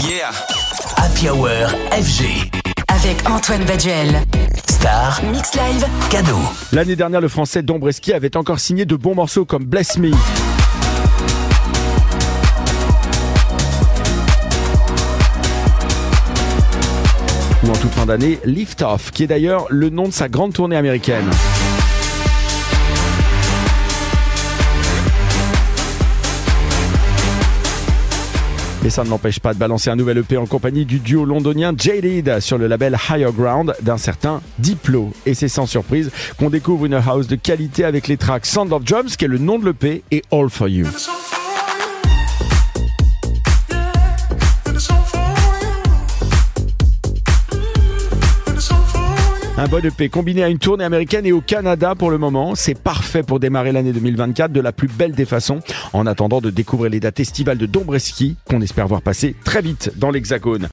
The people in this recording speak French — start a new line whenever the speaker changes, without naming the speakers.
Yeah.
Happy Hour FG.
Avec Antoine Baduel.
Star,
Mix Live,
cadeau.
L'année dernière, le français Dombresky avait encore signé de bons morceaux comme Bless Me. Ou en toute fin d'année, Lift Off, qui est d'ailleurs le nom de sa grande tournée américaine. Et ça ne l'empêche pas de balancer un nouvel EP en compagnie du duo londonien Jaded sur le label Higher Ground d'un certain Diplo. Et c'est sans surprise qu'on découvre une house de qualité avec les tracks Sound of Drums, qui est le nom de l'EP, et All For You. Un bon EP combiné à une tournée américaine et au Canada pour le moment, c'est parfait pour démarrer l'année 2024 de la plus belle des façons, en attendant de découvrir les dates estivales de Dombresky, qu'on espère voir passer très vite dans l'Hexagone.